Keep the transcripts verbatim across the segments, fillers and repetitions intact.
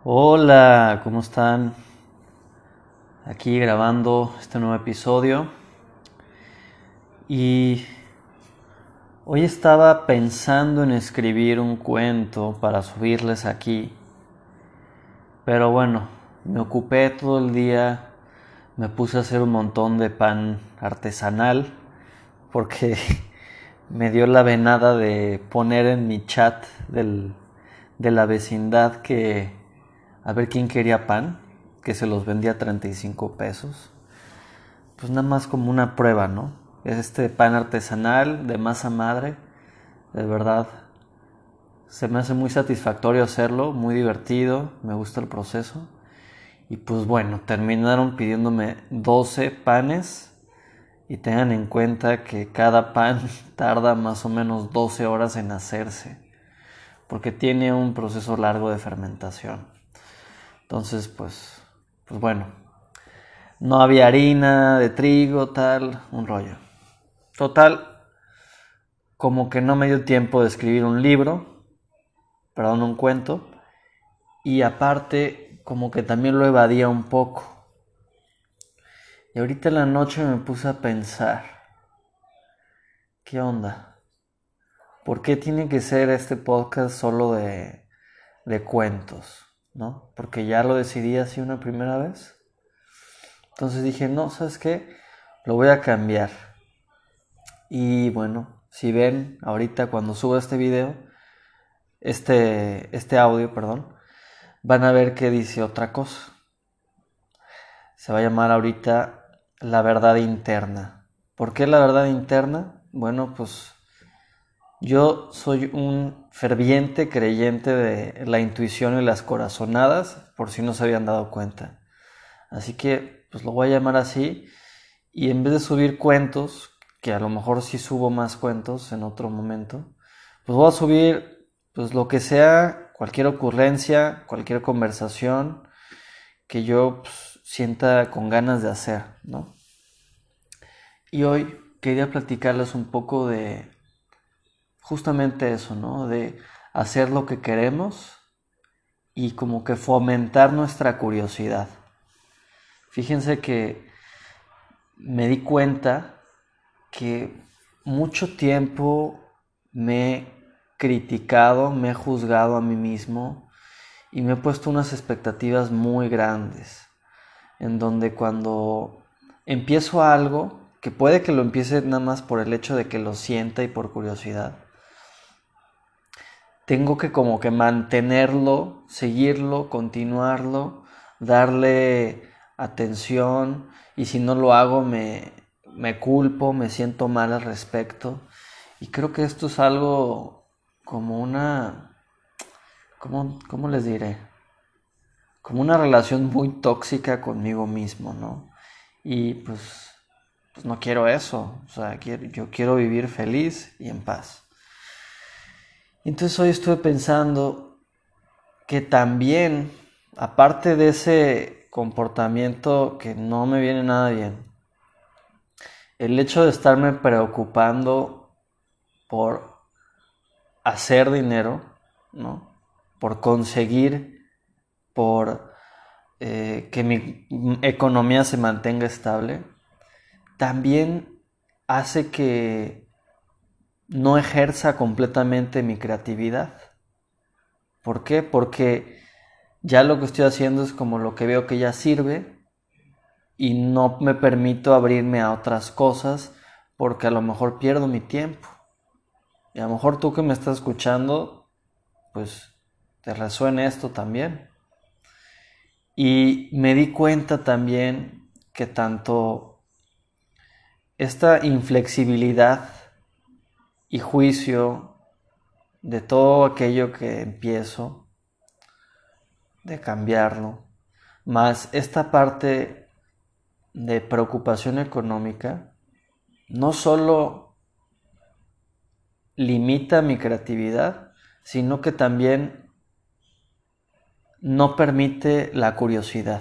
Hola, ¿cómo están? Aquí grabando este nuevo episodio y hoy estaba pensando en escribir un cuento para subirles aquí, pero bueno, me ocupé todo el día, me puse a hacer un montón de pan artesanal porque me dio la venada de poner en mi chat del, de la vecindad que a ver quién quería pan, que se los vendía a treinta y cinco pesos. Pues nada más como una prueba, ¿no? Es este pan artesanal de masa madre, de verdad. Se me hace muy satisfactorio hacerlo, muy divertido, me gusta el proceso. Y pues bueno, terminaron pidiéndome doce panes y tengan en cuenta que cada pan tarda más o menos doce horas en hacerse, porque tiene un proceso largo de fermentación. Entonces, pues, pues bueno, no había harina de trigo, tal, un rollo. Total, como que no me dio tiempo de escribir un libro, perdón, un cuento, y aparte como que también lo evadía un poco. Y ahorita en la noche me puse a pensar, ¿qué onda? ¿Por qué tiene que ser este podcast solo de, de cuentos? ¿No? Porque ya lo decidí así una primera vez. Entonces dije, no, ¿sabes qué? Lo voy a cambiar. Y bueno, si ven ahorita cuando subo este video, este, este audio, perdón, van a ver que dice otra cosa. Se va a llamar ahorita La verdad interna. ¿Por qué la verdad interna? Bueno, pues yo soy un ferviente creyente de la intuición y las corazonadas, por si no se habían dado cuenta. Así que pues lo voy a llamar así, y en vez de subir cuentos, que a lo mejor sí subo más cuentos en otro momento, pues voy a subir pues lo que sea, cualquier ocurrencia, cualquier conversación que yo pues, sienta con ganas de hacer, ¿no? Y hoy quería platicarles un poco de justamente eso, ¿no? De hacer lo que queremos y como que fomentar nuestra curiosidad. Fíjense que me di cuenta que mucho tiempo me he criticado, me he juzgado a mí mismo y me he puesto unas expectativas muy grandes, en donde cuando empiezo algo, que puede que lo empiece nada más por el hecho de que lo sienta y por curiosidad, tengo que como que mantenerlo, seguirlo, continuarlo, darle atención, y si no lo hago me, me culpo, me siento mal al respecto. Y creo que esto es algo como una, ¿cómo, cómo les diré? Como una relación muy tóxica conmigo mismo, ¿no? Y pues, pues no quiero eso, o sea, quiero, yo quiero vivir feliz y en paz. Entonces hoy estuve pensando que también, aparte de ese comportamiento que no me viene nada bien, el hecho de estarme preocupando por hacer dinero, ¿no? Por conseguir, por eh, que mi economía se mantenga estable, también hace que no ejerza completamente mi creatividad. ¿Por qué? Porque ya lo que estoy haciendo es como lo que veo que ya sirve y no me permito abrirme a otras cosas porque a lo mejor pierdo mi tiempo. Y a lo mejor tú que me estás escuchando, pues te resuene esto también. Y me di cuenta también que tanto esta inflexibilidad y juicio de todo aquello que empiezo, de cambiarlo, más esta parte de preocupación económica, no solo limita mi creatividad, sino que también no permite la curiosidad.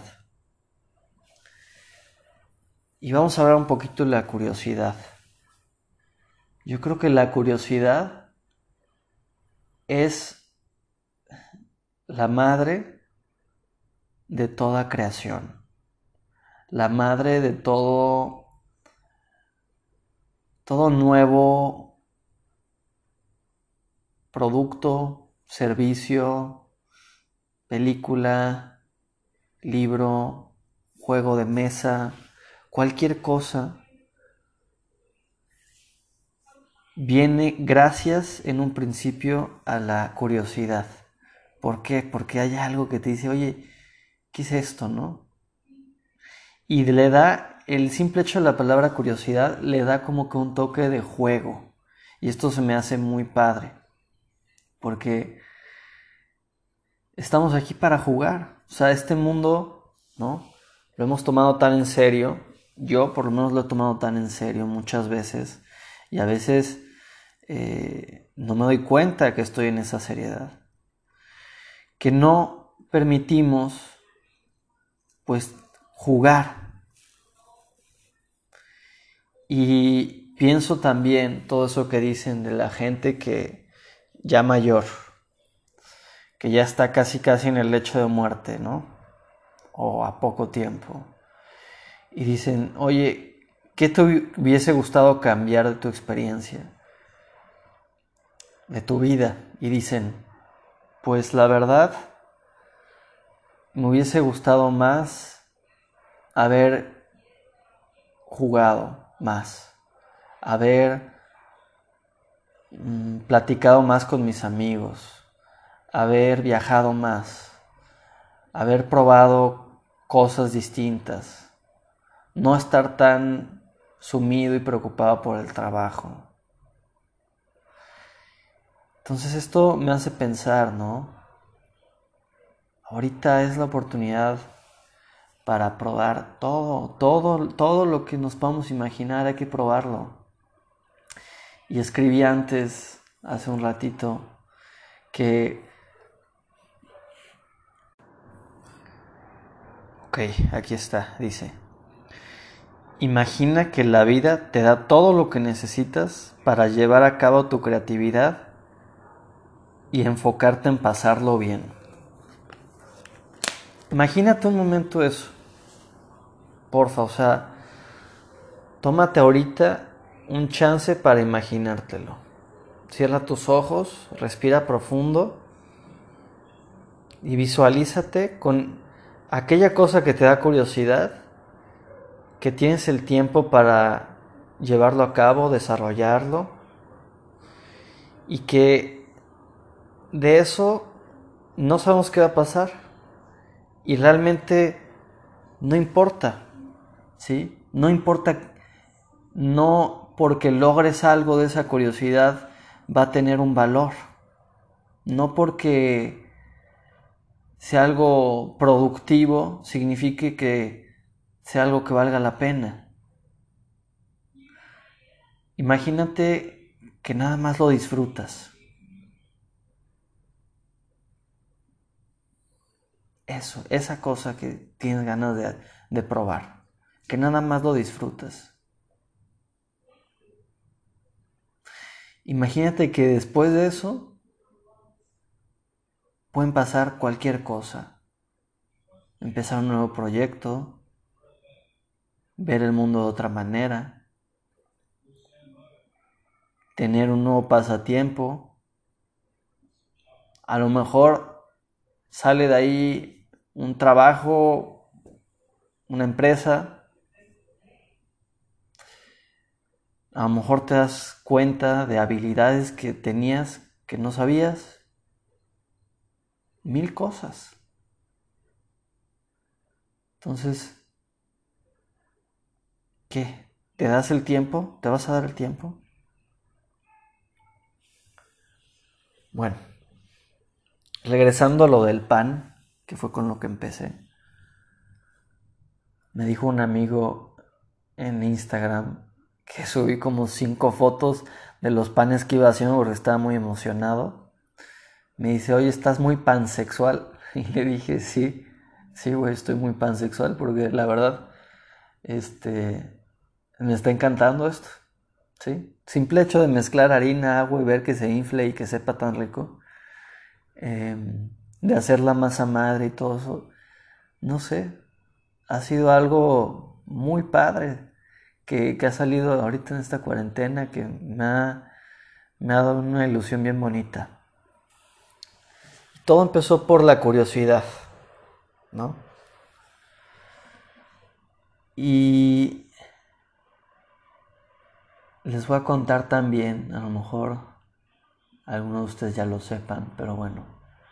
Y vamos a hablar un poquito de la curiosidad. Yo creo que la curiosidad es la madre de toda creación, la madre de todo, todo nuevo producto, servicio, película, libro, juego de mesa, cualquier cosa, viene gracias en un principio a la curiosidad. ¿Por qué? Porque hay algo que te dice, oye, ¿qué es esto, no? Y le da, el simple hecho de la palabra curiosidad, le da como que un toque de juego. Y esto se me hace muy padre. Porque estamos aquí para jugar. O sea, este mundo, ¿no? Lo hemos tomado tan en serio. Yo por lo menos lo he tomado tan en serio muchas veces. Y a veces eh, no me doy cuenta que estoy en esa seriedad. Que no permitimos, pues, jugar. Y pienso también todo eso que dicen de la gente que ya mayor, que ya está casi casi en el lecho de muerte, ¿no? O a poco tiempo. Y dicen, oye, ¿qué te hubiese gustado cambiar de tu experiencia? De tu vida. Y dicen, pues la verdad, me hubiese gustado más haber jugado más, haber mm, platicado más con mis amigos, haber viajado más, haber probado cosas distintas, no estar tan sumido y preocupado por el trabajo. Entonces esto me hace pensar, ¿no? Ahorita es la oportunidad para probar todo, todo, todo lo que nos podamos imaginar, hay que probarlo. Y escribí antes, hace un ratito, que... Ok, aquí está, dice. Imagina que la vida te da todo lo que necesitas para llevar a cabo tu creatividad y enfocarte en pasarlo bien. Imagínate un momento eso. Porfa, o sea, tómate ahorita un chance para imaginártelo. Cierra tus ojos, respira profundo y visualízate con aquella cosa que te da curiosidad, que tienes el tiempo para llevarlo a cabo, desarrollarlo, y que de eso no sabemos qué va a pasar y realmente no importa, ¿sí? No importa, no porque logres algo de esa curiosidad va a tener un valor, no porque sea algo productivo signifique que sea algo que valga la pena. Imagínate que nada más lo disfrutas. Eso, esa cosa que tienes ganas de, de probar, que nada más lo disfrutas. Imagínate que después de eso pueden pasar cualquier cosa. Empezar un nuevo proyecto, ver el mundo de otra manera, tener un nuevo pasatiempo. A lo mejor sale de ahí un trabajo, una empresa. A lo mejor te das cuenta de habilidades que tenías que no sabías. Mil cosas. Entonces, ¿qué? ¿Te das el tiempo? ¿Te vas a dar el tiempo? Bueno, regresando a lo del pan, que fue con lo que empecé. Me dijo un amigo en Instagram que subí como cinco fotos de los panes que iba haciendo porque estaba muy emocionado. Me dice, oye, ¿estás muy pansexual? Y le dije, sí, sí, güey, estoy muy pansexual porque la verdad, este, me está encantando esto, ¿sí? Simple hecho de mezclar harina, agua y ver que se infle y que sepa tan rico, eh, de hacer la masa madre y todo eso, no sé, ha sido algo muy padre que, que ha salido ahorita en esta cuarentena, que me ha, me ha dado una ilusión bien bonita. Todo empezó por la curiosidad, ¿no? Y les voy a contar también, a lo mejor algunos de ustedes ya lo sepan, pero bueno.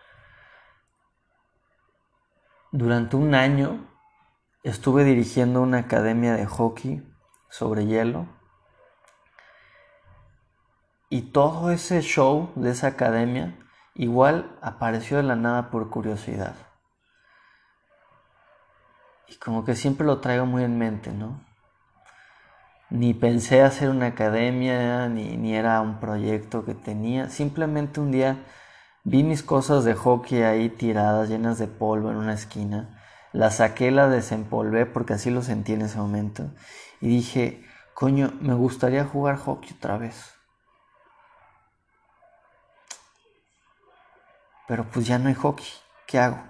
Durante un año estuve dirigiendo una academia de hockey sobre hielo. Y todo ese show de esa academia igual apareció de la nada por curiosidad. Y como que siempre lo traigo muy en mente, ¿no? Ni pensé hacer una academia, ni, ni era un proyecto que tenía. Simplemente un día vi mis cosas de hockey ahí tiradas, llenas de polvo en una esquina. Las saqué, las desempolvé porque así lo sentí en ese momento. Y dije, coño, me gustaría jugar hockey otra vez. Pero pues ya no hay hockey. ¿Qué hago?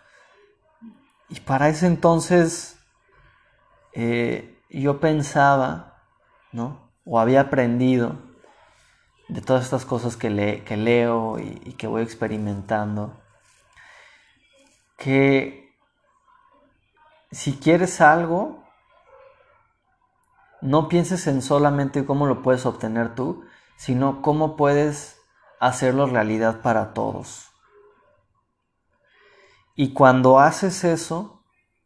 Y para ese entonces eh, yo pensaba, ¿no? O había aprendido de todas estas cosas que, le, que leo y, y que voy experimentando, que si quieres algo, no pienses en solamente cómo lo puedes obtener tú, sino cómo puedes hacerlo realidad para todos. Y cuando haces eso,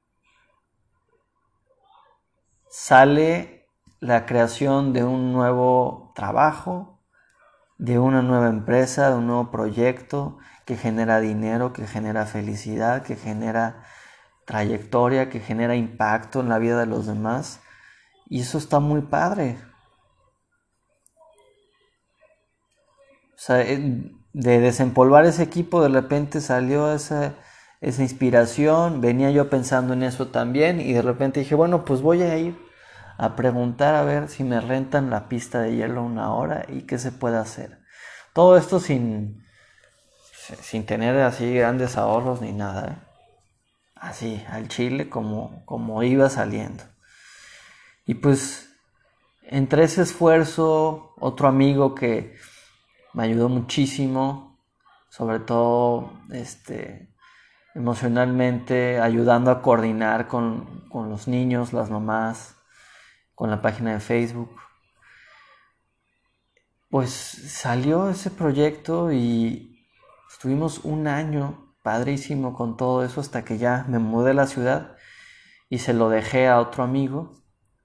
sale la creación de un nuevo trabajo, de una nueva empresa, de un nuevo proyecto que genera dinero, que genera felicidad, que genera trayectoria, que genera impacto en la vida de los demás. Y eso está muy padre. O sea, de desempolvar ese equipo, de repente salió esa, esa inspiración. Venía yo pensando en eso también y de repente dije, bueno, pues voy a ir a preguntar a ver si me rentan la pista de hielo una hora y qué se puede hacer. Todo esto sin, sin tener así grandes ahorros ni nada, ¿eh? Así, al chile como, como iba saliendo. Y pues, entre ese esfuerzo, otro amigo que me ayudó muchísimo, sobre todo este, emocionalmente, ayudando a coordinar con, con los niños, las mamás, con la página de Facebook. Pues salió ese proyecto y estuvimos un año padrísimo con todo eso hasta que ya me mudé a la ciudad y se lo dejé a otro amigo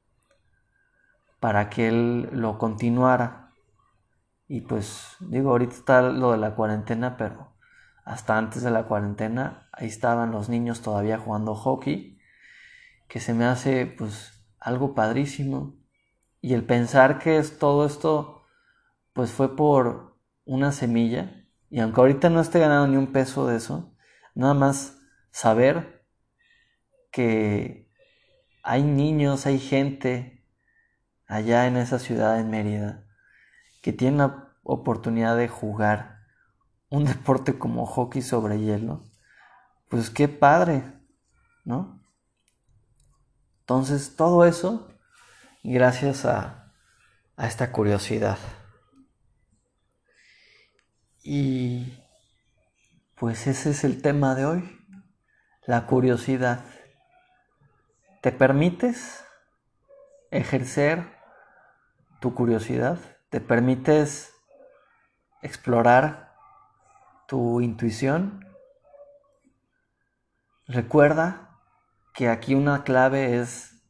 para que él lo continuara. Y pues digo, ahorita está lo de la cuarentena, pero hasta antes de la cuarentena ahí estaban los niños todavía jugando hockey, que se me hace pues algo padrísimo. Y el pensar que es todo esto pues fue por una semilla, y aunque ahorita no esté ganando ni un peso de eso, nada más saber que hay niños, hay gente allá en esa ciudad en Mérida que tienen la oportunidad de jugar un deporte como hockey sobre hielo, pues qué padre, ¿no? Entonces todo eso gracias a, a esta curiosidad. Y pues ese es el tema de hoy, la curiosidad. ¿Te permites ejercer tu curiosidad? ¿Te permites explorar tu intuición? Recuerda que aquí una clave es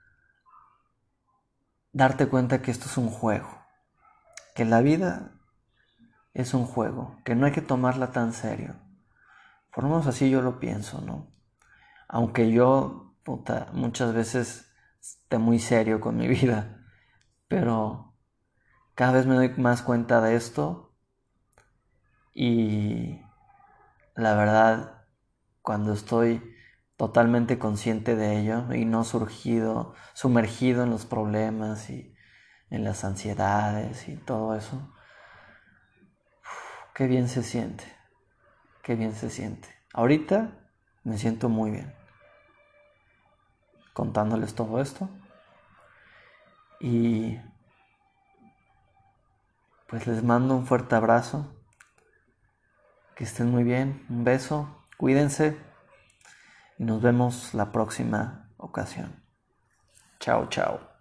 darte cuenta que esto es un juego, que la vida es un juego, que no hay que tomarla tan serio. Por lo menos así yo lo pienso, ¿no? Aunque yo, puta, muchas veces esté muy serio con mi vida, pero cada vez me doy más cuenta de esto y la verdad, cuando estoy totalmente consciente de ello y no surgido, sumergido en los problemas y en las ansiedades y todo eso, qué bien se siente, qué bien se siente. Ahorita me siento muy bien. contándoles todo esto. Y pues les mando un fuerte abrazo. Que estén muy bien. Un beso. Cuídense. Y nos vemos la próxima ocasión. Chao, chao.